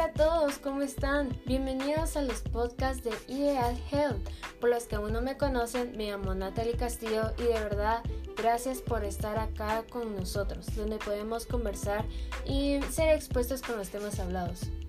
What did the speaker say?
a todos, ¿cómo están? Bienvenidos a los podcasts de Ideal Health. Por los que aún no me conocen, me llamo Natalie Castillo y de verdad, gracias por estar acá con nosotros, donde podemos conversar y ser expuestos con los temas hablados.